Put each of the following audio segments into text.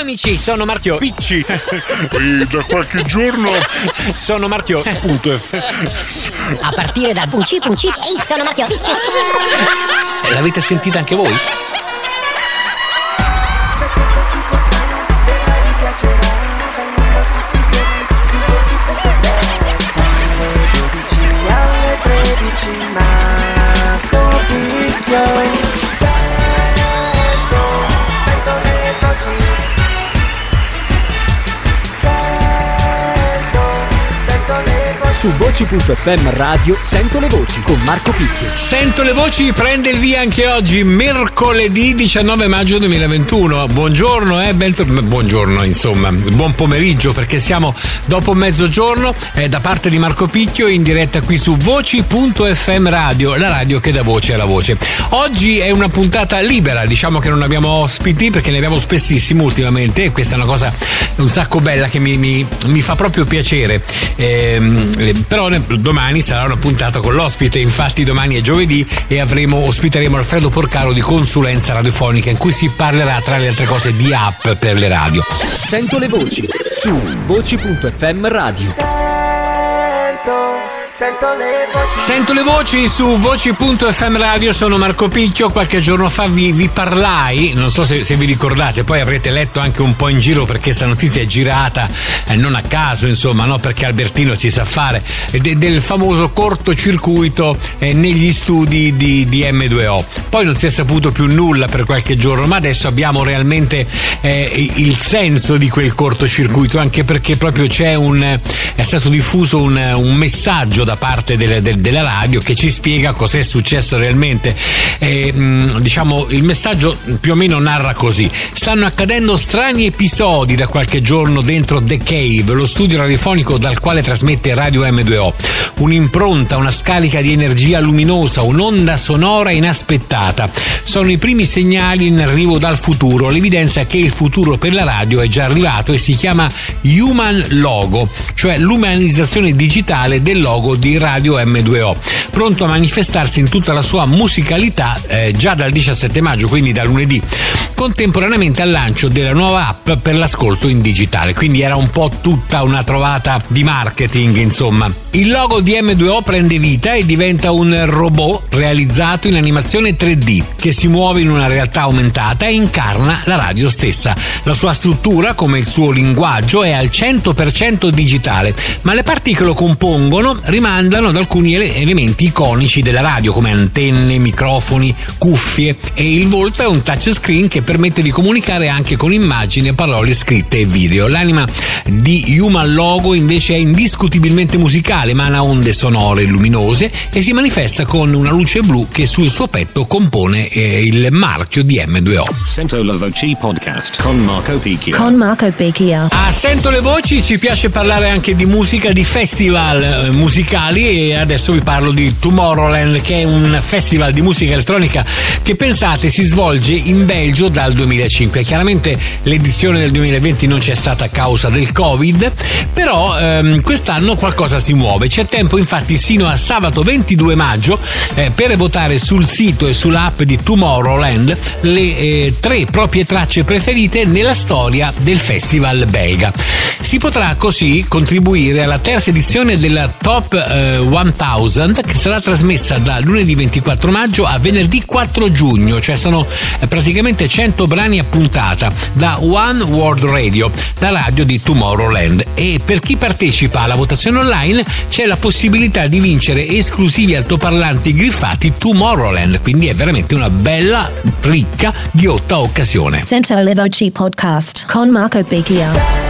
amici, sono Marchio Picci. E da qualche giorno sono Marchio punto F. A partire dal punci, ehi, sono Marchio Picci. L'avete sentita anche voi? C'è questo tipo strano, vedrai mi piacerà. C'è un mondo tutti insieme, su Voci.fm. Alle 13 Marco Picchio. Sento le voci. Sento le voci. Su Voci.fm Radio Sento le voci con Marco Picchio. Sento le voci prende il via anche oggi, mercoledì 19 maggio 2021. Buongiorno, buongiorno, insomma, buon pomeriggio, perché siamo dopo mezzogiorno, da parte di Marco Picchio in diretta qui su Voci.fm Radio, la radio che dà voce alla voce. Oggi è una puntata libera, diciamo che non abbiamo ospiti perché ne abbiamo spessissimo ultimamente, e questa è una cosa un sacco bella che mi fa proprio piacere. Però domani sarà una puntata con l'ospite, infatti domani è giovedì e ospiteremo Alfredo Porcaro di Consulenza Radiofonica, in cui si parlerà tra le altre cose di app per le radio. Sento le voci su Voci.fm Radio. Sento le voci. Sento le voci su Voci.fm Radio, sono Marco Picchio. Qualche giorno fa vi parlai, non so se vi ricordate, poi avrete letto anche un po' in giro perché questa notizia è girata non a caso, insomma, no, perché Albertino ci sa fare, del famoso cortocircuito negli studi di M2O. Poi non si è saputo più nulla per qualche giorno, ma adesso abbiamo realmente il senso di quel cortocircuito, anche perché proprio è stato diffuso un messaggio da parte della radio che ci spiega cos'è successo realmente. Diciamo, il messaggio più o meno narra così: stanno accadendo strani episodi da qualche giorno dentro The Cave, lo studio radiofonico dal quale trasmette Radio M2O. Un'impronta, una scarica di energia luminosa, un'onda sonora inaspettata. Sono i primi segnali in arrivo dal futuro, l'evidenza che il futuro per la radio è già arrivato e si chiama Human Logo, cioè l'umanizzazione digitale del logo di Radio M2O, pronto a manifestarsi in tutta la sua musicalità già dal 17 maggio, quindi da lunedì, contemporaneamente al lancio della nuova app per l'ascolto in digitale. Quindi era un po' tutta una trovata di marketing, insomma. Il logo di M2O prende vita e diventa un robot realizzato in animazione 3D che si muove in una realtà aumentata e incarna la radio stessa. La sua struttura, come il suo linguaggio, è al 100% digitale, ma le parti che lo compongono rimandano ad alcuni elementi iconici della radio, come antenne, microfoni, cuffie, e il volto è un touchscreen che permette di comunicare anche con immagini, parole scritte e video. L'anima di Human Logo invece è indiscutibilmente musicale, emana onde sonore luminose e si manifesta con una luce blu che sul suo petto compone il marchio di M2O. Sento le voci podcast con Marco Picchio. A Sento le voci ci piace parlare anche di musica, di festival musicali, e adesso vi parlo di Tomorrowland, che è un festival di musica elettronica che, pensate, si svolge in Belgio dal 2005. Chiaramente l'edizione del 2020 non c'è stata a causa del Covid, però quest'anno qualcosa si muove. C'è tempo infatti sino a sabato 22 maggio per votare sul sito e sull'app di Tomorrowland le 3 proprie tracce preferite nella storia del festival belga. Si potrà così contribuire alla terza edizione della Top 1000, che sarà trasmessa da lunedì 24 maggio a venerdì 4 giugno, cioè sono praticamente 100 brani a puntata da One World Radio, la radio di Tomorrowland. E per chi partecipa alla votazione online c'è la possibilità di vincere esclusivi altoparlanti griffati Tomorrowland, quindi è veramente una bella, ricca, ghiotta occasione. Sento le voci podcast con Marco Picchio.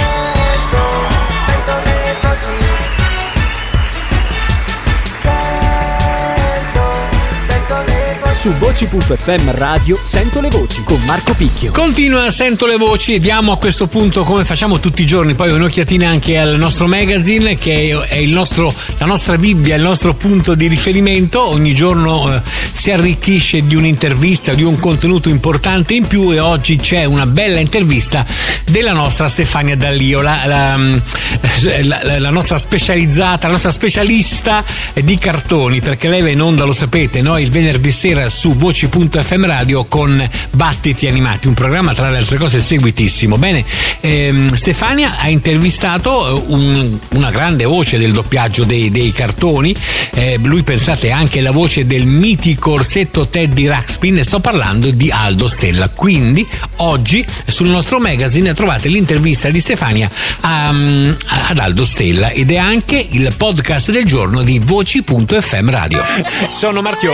Su Voci.fm Radio Sento le voci con Marco Picchio. Continua Sento le voci e diamo a questo punto, come facciamo tutti i giorni, poi un'occhiatina anche al nostro magazine, che è la nostra Bibbia, il nostro punto di riferimento. Ogni giorno si arricchisce di un'intervista, di un contenuto importante in più, e oggi c'è una bella intervista della nostra Stefania D'Allio, la nostra specializzata, la nostra specialista di cartoni, perché lei va in onda, lo sapete, no? Il venerdì sera su Voci.fm Radio con Battiti Animati, un programma tra le altre cose seguitissimo. Bene, Stefania ha intervistato una grande voce del doppiaggio dei cartoni, lui pensate è anche la voce del mitico orsetto Teddy Ruxpin, e sto parlando di Aldo Stella. Quindi oggi sul nostro magazine trovate l'intervista di Stefania ad Aldo Stella, ed è anche il podcast del giorno di Voci.fm Radio. Sono Marchio.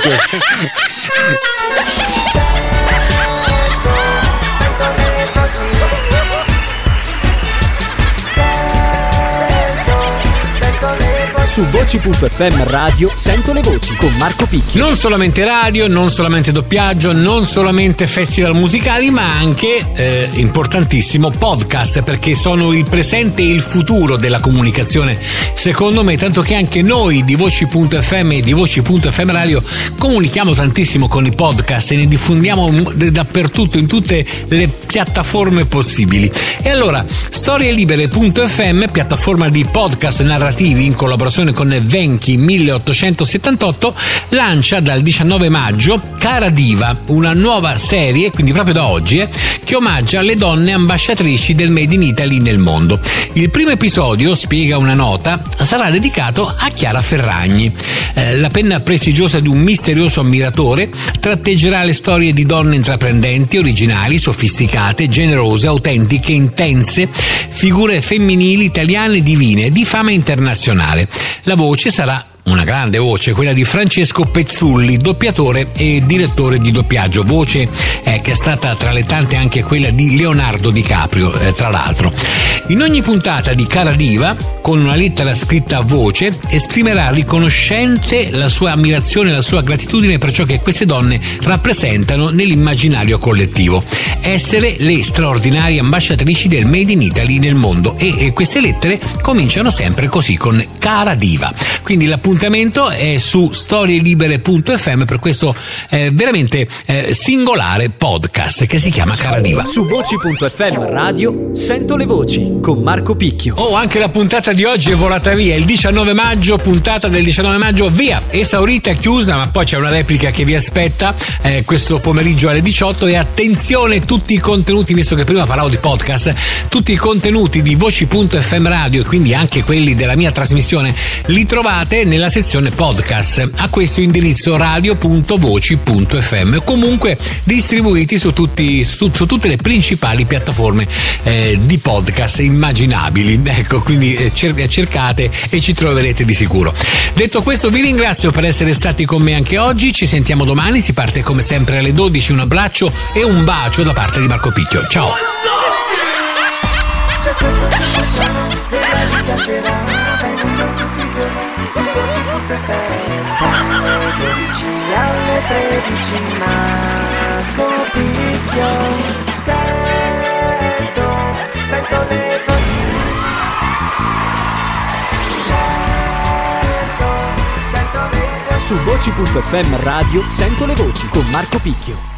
Su Voci.fm Radio sento le voci con Marco Picchio. Non solamente radio, non solamente doppiaggio, non solamente festival musicali, ma anche importantissimo podcast, perché sono il presente e il futuro della comunicazione, secondo me, tanto che anche noi di Voci.fm e di Voci.fm Radio comunichiamo tantissimo con i podcast e ne diffondiamo dappertutto, in tutte le piattaforme possibili. E allora storielibere.fm, piattaforma di podcast narrativi in collaborazione con Venchi 1878, lancia dal 19 maggio Cara Diva, una nuova serie, quindi proprio da oggi, che omaggia le donne ambasciatrici del Made in Italy nel mondo. Il primo episodio, spiega una nota, sarà dedicato a Chiara Ferragni. La penna prestigiosa di un misterioso ammiratore tratteggerà le storie di donne intraprendenti, originali, sofisticate, generose, autentiche, intense, figure femminili italiane divine, di fama internazionale. La voce sarà una grande voce, quella di Francesco Pezzulli, doppiatore e direttore di doppiaggio, voce che è stata tra le tante anche quella di Leonardo DiCaprio, tra l'altro. In ogni puntata di Cara Diva, con una lettera scritta a voce, esprimerà riconoscente la sua ammirazione e la sua gratitudine per ciò che queste donne rappresentano nell'immaginario collettivo: essere le straordinarie ambasciatrici del Made in Italy nel mondo. E queste lettere cominciano sempre così, con Cara Diva. Quindi l'appuntamento è su storielibere.fm per questo veramente singolare podcast che si chiama Cara Diva. Su Voci.fm Radio sento le voci con Marco Picchio. Anche la puntata di oggi è volata via, il 19 maggio, puntata del 19 maggio, via, esaurita, chiusa, ma poi c'è una replica che vi aspetta questo pomeriggio alle 18. E attenzione, tutti i contenuti, visto che prima parlavo di podcast, tutti i contenuti di Voci.fm Radio, e quindi anche quelli della mia trasmissione, li trovate nella sezione podcast a questo indirizzo radio.voci.fm, comunque distribuiti su tutte le principali piattaforme di podcast immaginabili. Ecco, quindi cercate e ci troverete di sicuro. Detto questo, vi ringrazio per essere stati con me anche oggi. Ci sentiamo domani, si parte come sempre alle 12. Un abbraccio e un bacio da parte di Marco Picchio. Ciao. C'è questo tipo strano che mi piacerà, c'è in tutti i giorni, su Voci.fm, alle 12 alle 13, Marco Picchio, sento le voci, sento le voci. Su Voci.fm Radio sento le voci con Marco Picchio.